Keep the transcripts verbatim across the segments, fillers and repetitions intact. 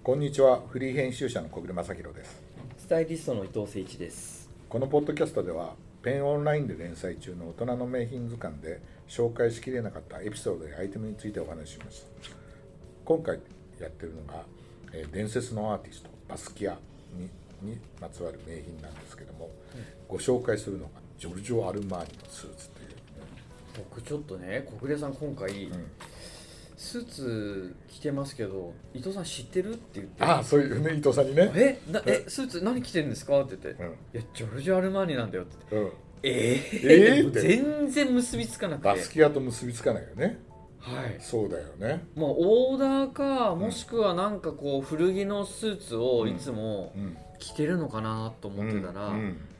こんにちは。フリー編集者の小暮正弘です。 スタイリストの伊藤誠一です。 このポッドキャストではペンオンラインで連載中の大人の名品図鑑で紹介しきれなかったエピソードやアイテムについてお話しします。今回やってるのが、えー、伝説のアーティストバスキア に, にまつわる名品なんですけども、うん、ご紹介するのがジョルジョ・アルマーニのスーツという、ね、 僕ちょっとね、小暮さん今回、うん、スーツ着てますけど伊藤さん知ってるって言って、 ああそういうね、伊藤さんにね、 えなえスーツ何着てるんですかって言って、うん、いやジョルジョ・アルマーニなんだよって言って、うん、えー、えー、全然結びつかなくて、 バスキアと結びつかないよね。 はい、 そうだよね。 まあオーダーか、もしくはなんかこう古着のスーツをいつも着てるのかなと思ってたら、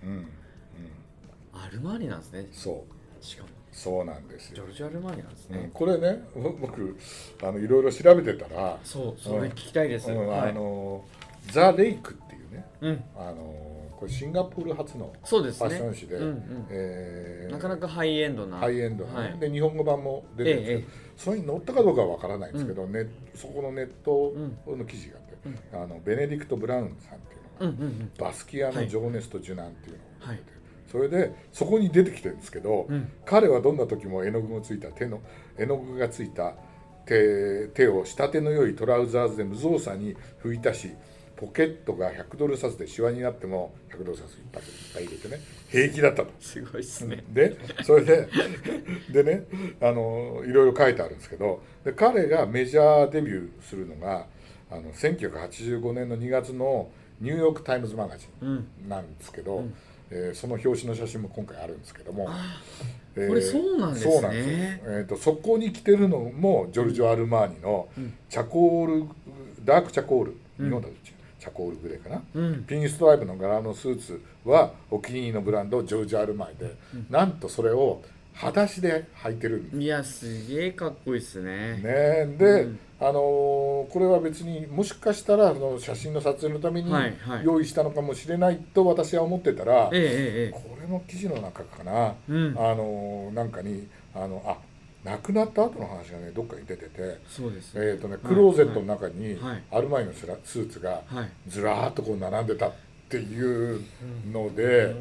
アルマーニなんですね。 そうしかもそうなんですよ。 ジョルジョ・アルマーニなんですね、 うん、これね、僕あのいろいろ調べてたら、 そうそれ聞きたいです、 うんはい、 あのザ・レイクっていうね、 うん、 あのこれシンガポール発のフそうですね、 ァッション誌で、 うんうん、 えー、 なかなかハイエンドなハイエンドな、ね、はい、で日本語版も出てるんですけど、ええ、それに載ったかどうかはわからないんですけど、うん、ね、そこのネットの記事があって、うん、あのベネディクト・ブラウンさんっていうのが、うんうんうん、バスキアの情熱と受難っていうのを出てて、はい、それでそこに出てきてるんですけど、うん、彼はどんな時も絵の具がついた手の絵の具がついた 手, 手を仕立ての良いトラウザーズで無造作に拭いたし、ポケットがひゃくドル札でシワになってもひゃくドル札いっぱいいっぱい入れてね平気だったと。 すごいっすね。 でそれででね、あのいろいろ書いてあるんですけど、で彼がメジャーデビューするのがあのせんきゅうひゃくはちじゅうごねんのにがつのニューヨークタイムズマガジンなんですけど、うん、えー、その表紙の写真も今回あるんですけども、 えー、これそうなんですね。 そうなんですよ。えーと、そこに着てるのもジョルジョ・アルマーニのチャコール、ダークチャコール、日本だとチャコールグレーかな、うん、ピンストライプの柄のスーツはお気に入りのブランドジョルジョ・アルマーニで、うん、なんとそれを裸足で履いてるんです。 いやすげえかっこいいですね。 ねで、うん、あのー、これは別にもしかしたらその写真の撮影のために用意したのかもしれないと私は思ってたら、はいはい、これの記事の中かな、うん、あのー、なんかにあのあ亡くなった後の話がねどっかに出てて、 そうです、ね、 えーとね、クローゼットの中にアルマーニのスーツがずらーっとこう並んでたっていうので、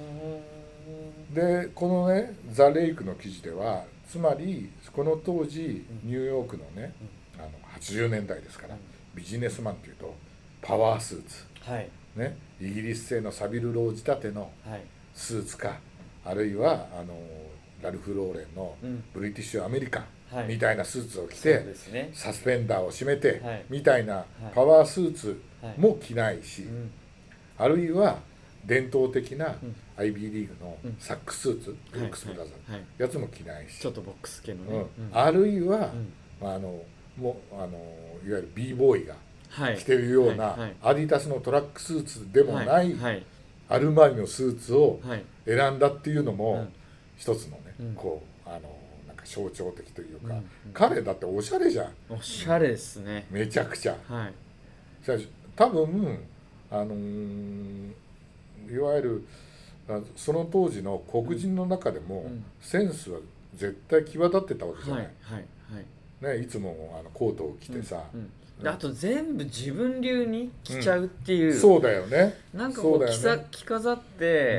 でこのねザ・レイクの記事ではつまりこの当時ニューヨークのねあのはちじゅうねんだいですから、ビジネスマンっていうとパワースーツ、はいね、イギリス製のサビルロー仕立てのスーツか、あるいはあのラルフ・ローレンのブリティッシュ・アメリカンみたいなスーツを着て、はいね、サスペンダーを締めて、はい、みたいなパワースーツも着ないし、はいはい、あるいは伝統的な アイビー リーグのサックスーツ、ブルックスブラザーのやつも着ないし、 ちょっとボックス系のね、 うん、あるいは、うん、あのもうあのいわゆる b ボーイが着てるようなアディダスのトラックスーツでもないアルマーニのスーツを選んだっていうのも一つのね、うん、こうあのなんか象徴的というか、うんうん、彼だっておしゃれじゃん。 おしゃれですね。 めちゃくちゃ、 はい、 多分あのー、いわゆるその当時の黒人の中でもセンスは絶対際立ってたわけじゃない、はいはいはい、ね、いつもあのコートを着てさ、うんうんうん、あと全部自分流に着ちゃうっていう、 うん、そうだよね。 なんかこう着、ね、着飾って、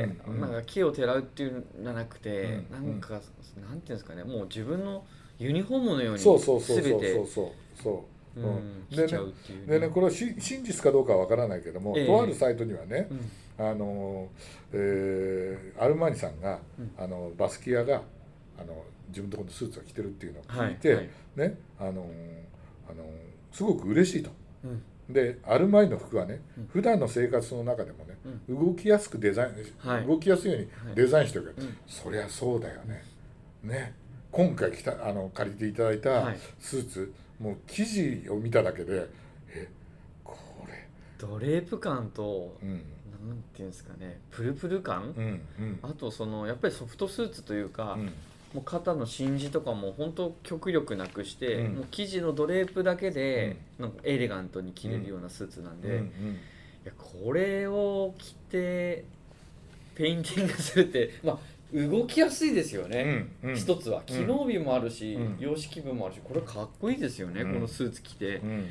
うんうん、なんか木をてらうっていうんじゃなくて、うんうん、なんかなんていうんですかね、もう自分のユニフォームのように全てそうそうそうそうそうそう、うん、でね、でねこれはし真実かどうかはわからないけども、えー、とあるサイトにはね、うん、あのえー、アルマーニさんが、うん、あのバスキアがあの自分のところのスーツを着てるっていうのを聞いて、はいはい、ね、あのあのすごく嬉しいと、うん、でアルマーニの服はね、うん、普段の生活の中でもね、うん、動きやすくデザイン、はい、動きやすいようにデザインしてるから、はい、そりゃそうだよね、ね、今回来たあの借りていただいたスーツ、はい、もう生地を見ただけでえこれドレープ感と、うん、なんていうんですかね、プルプル感、うんうん、あとそのやっぱりソフトスーツというか、うん、もう肩の芯地とかも本当極力なくして、うん、もう生地のドレープだけで、うん、なんかエレガントに着れるようなスーツなんで、うんうんうん、いやこれを着てペインティングするってまあ動きやすいですよね、うんうん、一つは機能美もあるし、うん、様式部もあるし、これかっこいいですよね、うん、このスーツ着て、うん、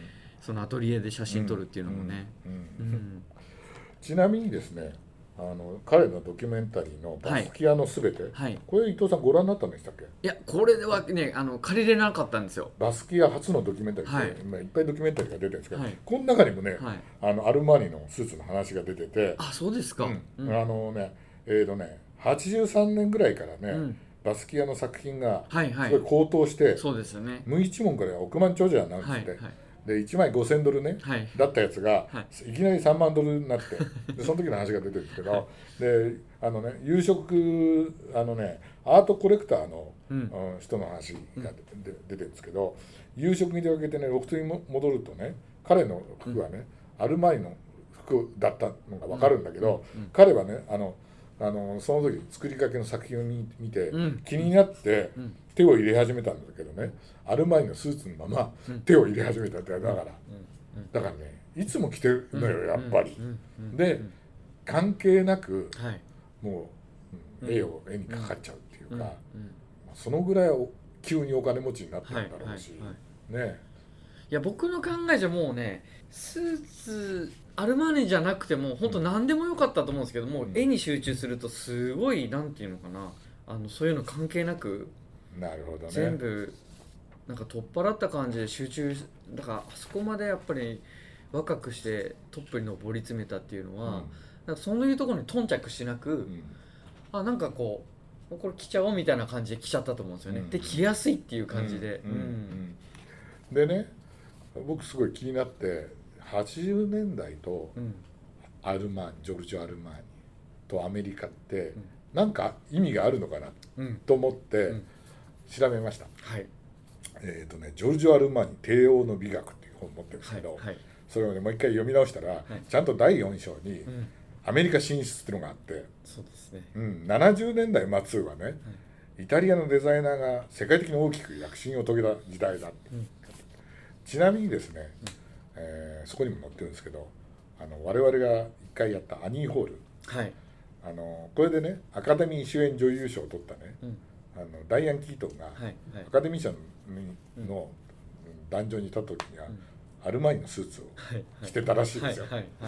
そのアトリエで写真撮るっていうのもね。 ちなみにですね、あの彼のドキュメンタリーの「バスキアのすべて」はい、これ伊藤さんご覧になったんでしたっけ？ いや、これはね、あの借りれなかったんですよ。 バスキア初のドキュメンタリーって、はい、今いっぱいドキュメンタリーが出てるんですけど、はい、この中にもね、はい、あのアルマーニのスーツの話が出てて。 あ、そうですか。 うん、あのねえーとねはちじゅうさんねんぐらいからね、うん、バスキアの作品がすごい高騰して、はいはい、 そうですよね、 無一文から億万長者になるんですって、はいはい、でいちまいごせんドルね、はい、だったやつが、はい、いきなりさんまんドルになってでその時の話が出てるんですけど、はい、であのね夕食あのねアートコレクターの、うん、人の話が出てるんですけど、夕食に出かけてねロフトに戻るとね彼の服はね、うん、アルマーニの服だったのが分かるんだけど、うんうん、彼はねあのあのその時作りかけの作品を見て、うん、気になって手を入れ始めたんだけどね、アルマーニのスーツのまま手を入れ始めたってだから、だからねいつも着てるのよやっぱり。で関係なく、はい、もう、うん、絵を絵にかかっちゃうっていうか、そのぐらい急にお金持ちになったんだろうし、はいはいはい、ね。 いや僕の考えじゃもうねスーツアルマーニじゃなくても本当何でもよかったと思うんですけども、うん、絵に集中するとすごいなんていうのかな、あのそういうの関係なく、 なるほどね、 全部なんか取っ払った感じで集中だから、あそこまでやっぱり若くしてトップに上り詰めたっていうのは、うん、なんかそういうところに頓着しなく、うん、あなんかこうこれ着ちゃおうみたいな感じで着ちゃったと思うんですよね、うん、で着やすいっていう感じで、うんうんうん、でね僕すごい気になってはちじゅうねんだいとアルマーニ、ジョルジョ・アルマーニとアメリカって何か意味があるのかなと思って調べました、うんうん、はい、えーとね、ジョルジョ・アルマーニ帝王の美学っていう本を持ってるんですけど、はいはい、それをねもう一回読み直したら、はい、ちゃんとだいよん章にアメリカ進出っていうのがあって、 そうですね、 うん、ななじゅうねんだい末はね、はい、イタリアのデザイナーが世界的に大きく躍進を遂げた時代だって、うん、ちなみにですね、うん、えー、そこにも載ってるんですけど、あの我々が一回やったアニーホール、はい、あのこれでねアカデミー主演女優賞を取ったね、うん、あのダイアン・キートンが、はいはい、アカデミー賞の壇上に立った時には、うん、アルマーニのスーツを着てたらしいですよ。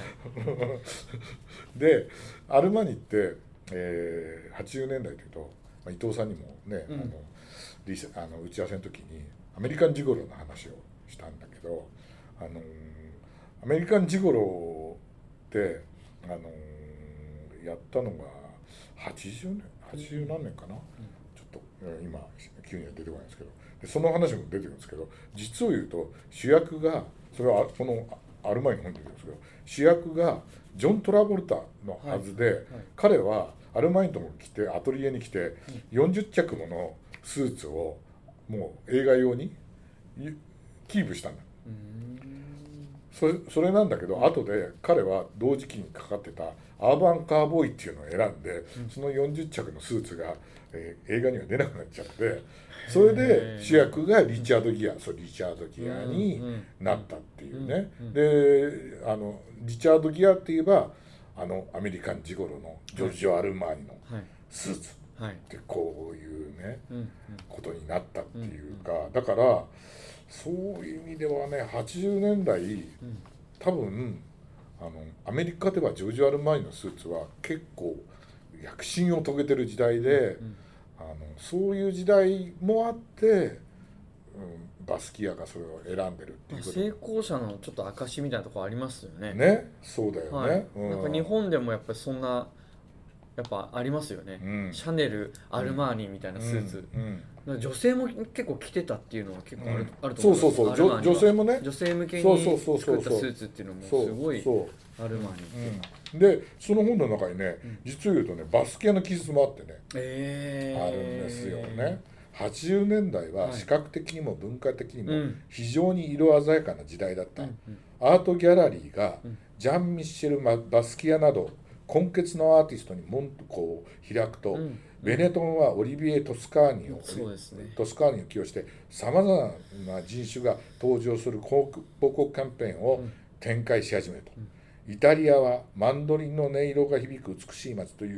でアルマーニって、えー、はちじゅうねんだいというと、まあ、伊藤さんにもね、うん、あのリあの打ち合わせの時にアメリカンジゴロの話をしたんだけど、あのー、アメリカンジゴロって、あのー、やったのがはちじゅうねんはちじゅう何年かな、うん、ちょっと、えー、今急には出てこないんですけど、でその話も出てるんですけど、実を言うと主役がそれはこのアルマーニの本に出てるんですけど、主役がジョン・トラボルタのはずで、はいはい、彼はアルマーニとも来てアトリエに来てよんじゅっちゃくものスーツをもう映画用にキープしたんだ。うーん、それ、それなんだけど、うん、後で彼は同時期にかかってたアーバンカーボーイっていうのを選んで、うん、そのよんじゅっちゃくのスーツが、えー、映画には出なくなっちゃって、それで主役がリチャード・ギア、そうリチャード・ギアになったっていうね。であのリチャード・ギアって言えばあのアメリカンジゴロのジョルジョ・アルマーニのスーツってこういうね、ことになったっていうか、だからそういう意味ではねはちじゅうねんだい多分あのアメリカではジョルジョ・アルマーニのスーツは結構躍進を遂げてる時代で、あのそういう時代もあって、うん、バスキアがそれを選んでるっていうこと。 成功者のちょっと証みたいなところありますよね。 ね、そうだよね、はい、 うん、なんか日本でもやっぱりそんなやっぱありますよね、うん、シャネル、アルマーニみたいなスーツ、うんうん、女性も結構着てたっていうのは結構ある、うん、あると思います。 そうそうそう、女性もね、 女性向けに作ったスーツっていうのもすごいアルマーニって、 うん、でその本の中にね、うん、実を言うとねバスキアの記述もあってね、えー、あるんですよね。はちじゅうねんだいは視覚的にも文化的にも非常に色鮮やかな時代だった、うんうん、アートギャラリーがジャン・ミッシェル・バスキアなど根血のアーティストに門戸を開くと、うん、ベネトンはオリビエ・トスカーニを、うんね、トスカーニを起用してさまざまな人種が登場する広告キャンペーンを展開し始めると、うん、イタリアはマンドリンの音色が響く美しい街という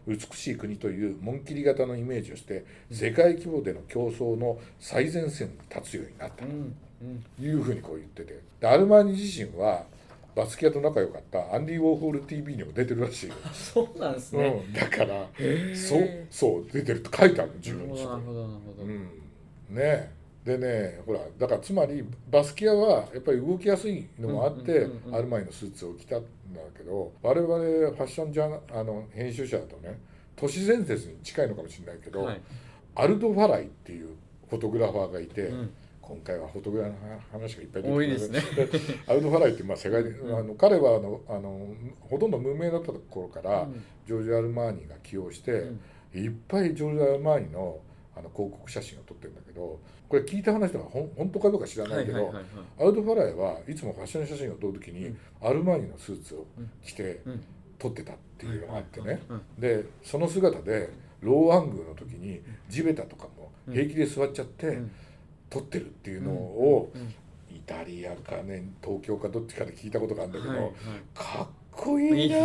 美しい国という紋切り型のイメージをして世界規模での競争の最前線に立つようになったというふうにこう言ってて、でアルマーニ自身はバスキアと仲良かったアンディ・ウォーホール ティーブイ にも出てるらしいよ。 そうなんですね、 うん、だからそうそう出てるって書いてあるの自分に。 なるほどなるほど、うん、 ねでねほらだからつまりバスキアはやっぱり動きやすいのもあってアルマーニのスーツを着たんだけど、我々ファッションジャーナあの編集者だとね都市伝説に近いのかもしれないけど、はい、アルド・ファライっていうフォトグラファーがいて、うん、今回はフォトグラファーの話がいっぱい出てくる多いですねアルド・ファライってまあ世界で、うん、あの彼はあのあのほとんど無名だった頃から、うん、ジョージ・アルマーニが起用して、うん、いっぱいジョージ・アルマーニのあの広告写真を撮ってるんだけど、これ聞いた話とかほ本当かどうか知らないけど、アルド・ファライはいつもファッション写真を撮るときに、うん、アルマーニのスーツを着て撮ってたっていうのがあってね、でその姿でローアングルの時に地べたとかも平気で座っちゃって撮ってるっていうのをイタリアかね東京かどっちかで聞いたことがあるんだけど、はいはい、かっこいいな。いい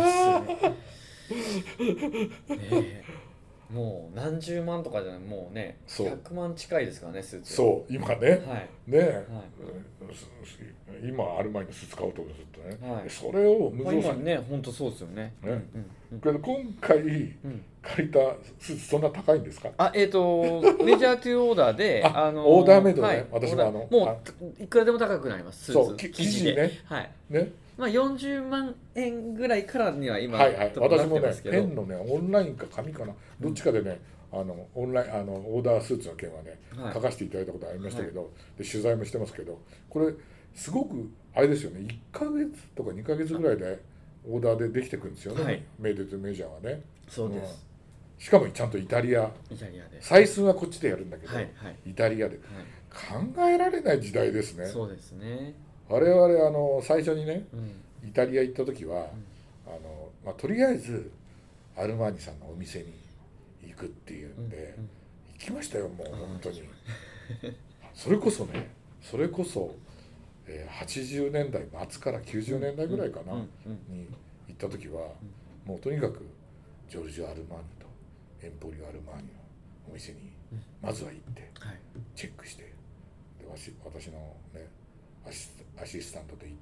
ですねねもう何十万とかじゃないもうねひゃくまん近いですからねスーツ。 そう今ね、はい、ね、はい、今アルマーニのスーツ買おうとするとね、はい、それを無造作に、まあ、今ね本当そうですよね。ね、うんうん、けど今回借りたスーツそんな高いんですか？ あえっ、ー、とメジャーというオーダーであ、あのー、オーダーメイドね、はい、私はあのもういくらでも高くなりますスーツ。そう生地ね、 はいね。 まあよんじゅうまんえんぐらいからには今はいはい私もねペンのねオンラインか紙かなどっちかでね、うん、あのオンラインあのオーダースーツの件はね、はい、書かせていただいたことありましたけど、はい、で取材もしてますけどこれすごくあれですよねいっかげつとかにかげつぐらいでオーダーでできてくるんですよね、はい、メイドとメジャーはね。 そうです、 うん、しかもちゃんとイタリアイタリアで採寸はこっちでやるんだけど、 はいはい、 イタリアで、はい、考えられない時代ですね。 そうですね。 我々あの最初にね、うんイタリア行った時は、うん、あのまあ、とりあえずアルマーニさんのお店に行くっていうんで、うんうん、行きましたよもう本当にそれこそねそれこそ、えー、はちじゅうねんだいまつからきゅうじゅうねんだいぐらいかな、うんうんうん、に行った時は、うん、もうとにかくジョルジオ・アルマーニとエンポリオ・アルマーニのお店にまずは行って、うんはい、チェックしてで私のねアシス、アシスタントで行った、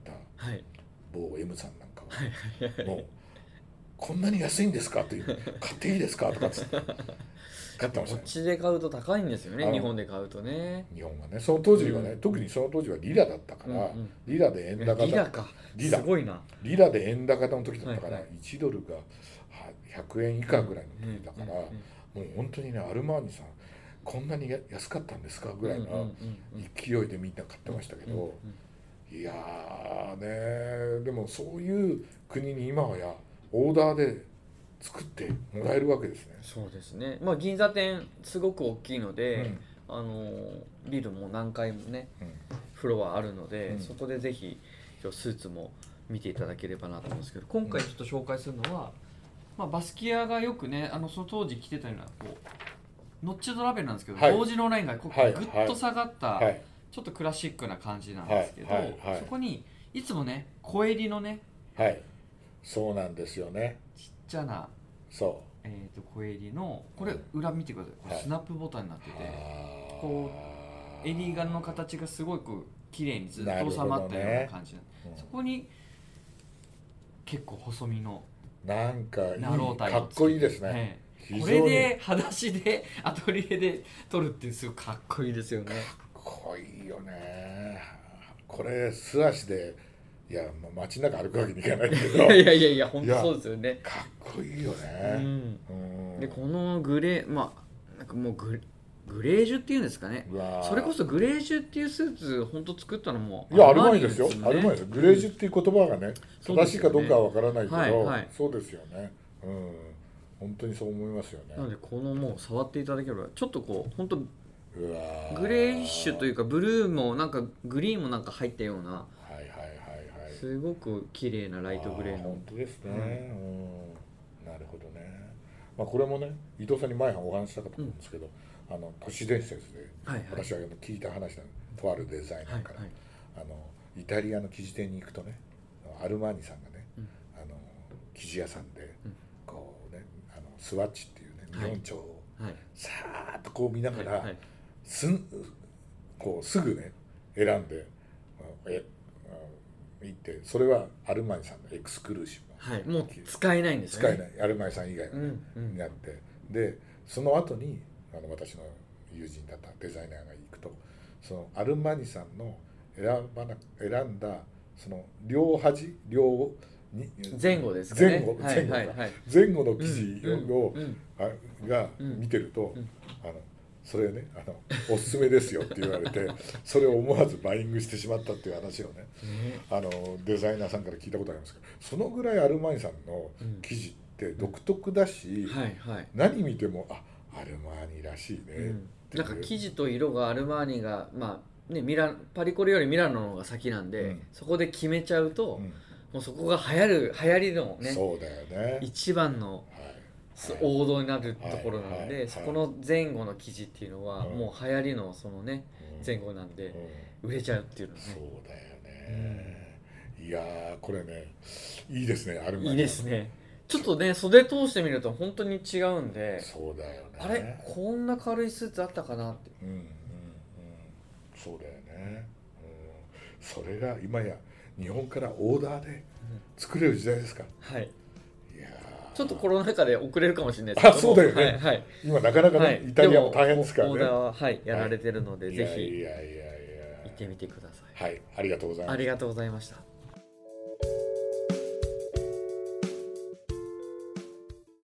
はい某 M さんなんかはもうこんなに安いんですかっていう買っていいですかとかつって買ってましたね。 こっちで買うと高いんですよね日本で買うとね。 日本はねその当時はね、うん、特にその当時はリラだったから、うんうん、リラで円高だリラかリラすごいなリラで円高の時だったから、はいはい、いちドルがひゃくえん以下ぐらいの時だから、うんうんうん、もう本当にねアルマーニさんこんなに安かったんですかぐらいの勢いでみんな買ってましたけど、うんうんうんいやーねでもそういう国に今はやオーダーで作ってもらえるわけですね。 そうですね、まあ、銀座店すごく大きいので、うん、あのビルも何階もね、うん、フロアあるので、うん、そこでぜひスーツも見ていただければなと思うんですけど今回ちょっと紹介するのは、まあ、バスキアがよくねあのその当時着てたようなこうノッチドラベルなんですけど、はい、同時のラインがこう、はい、グッと下がった、はいちょっとクラシックな感じなんですけど、はいはいはい、そこにいつもね小襟のねはいそうなんですよねちっちゃなそう、 えー、と小襟のこれ裏見てくださいこれスナップボタンになってて、はい、こう襟がの形がすごく綺麗にずっと収まったような感じな、ねうん、そこに結構細身のなんかいいかっこいいですね、 ね、これで裸足でアトリエで撮るってすごいかっこいいですよね。 かっこいいよねこれ素足でいやもう街中歩くわけにいかないけどいやいやいや本当そうですよねかっこいいよね、うんうん、でこのグレーまあなんかもうグレグレージュっていうんですかねそれこそグレージュっていうスーツ本当作ったのもいやアルマーニですよアルマーニですよグレージュっていう言葉がね、うん、正しいかどうかはわからないけど、はいはい、そうですよねうん本当にそう思いますよね。 なのでこのもう触っていただければちょっとこう本当グレーッシュというかブルーもなんかグリーンもなんか入ったようなはいはいはいはいすごく綺麗なライトグレーの本当ですね、うん、なるほどね、まあ、これもね伊藤さんに前お話したかと思うんですけど、うん、あの都市伝説で私は聞いた話なの、とあるデザイナーから、はいはい、あのイタリアの生地店に行くとねアルマーニさんがね、うん、あの生地屋さんでこうねあのスワッチっていうね見本帳をさーっとこう見ながら、はいはい、すんこうすぐね選んでえ行ってそれはアルマーニさんのエクスクルーシブ、 はい、もう使えないんですね。 使えないアルマーニさん以外はね、うんうん、になってでその後にあの私の友人だったデザイナーが行くとそのアルマーニさんの選ばな選んだその両端両に前後ですかね前後前後、はいはいはい、前後の記事を、うんうん、が見てると、うん、あのそれねあのおすすめですよって言われてそれを思わずバイングしてしまったっていう話をね、うん、あのデザイナーさんから聞いたことありますけどそのぐらいアルマーニさんの記事って独特だし、うんはいはい、何見てもあアルマーニらしいね、うん、 なんか生地と色がアルマーニがまあねミラパリコレよりミラノの方が先なんで、うん、そこで決めちゃうと、うん、もうそこが流行る流行りのねそうだよね一番の、はい、王道になるところなので、はいはい、そこの前後の生地っていうのは、うん、もう流行りのそのね、うん、前後なんで、うん、売れちゃうっていうのねそうだよね、うん、いやーこれねいいですねアルマーニいいですねちょっとね袖通してみると本当に違うんでそうだよねあれこんな軽いスーツあったかなって、うんうんうん、 そうだよね、うん、それが今や日本からオーダーで作れる時代ですか、 うん、はいいやちょっとコロナ禍で遅れるかもしれないですけどあそうだよね、 はいはい、 今なかなかね、はい、イタリアも大変ですからねオーダーは、はい、やられてるので、 はい、 ぜひいやいやいやいや行ってみてくださいはいありがとうございましたありがとうございました。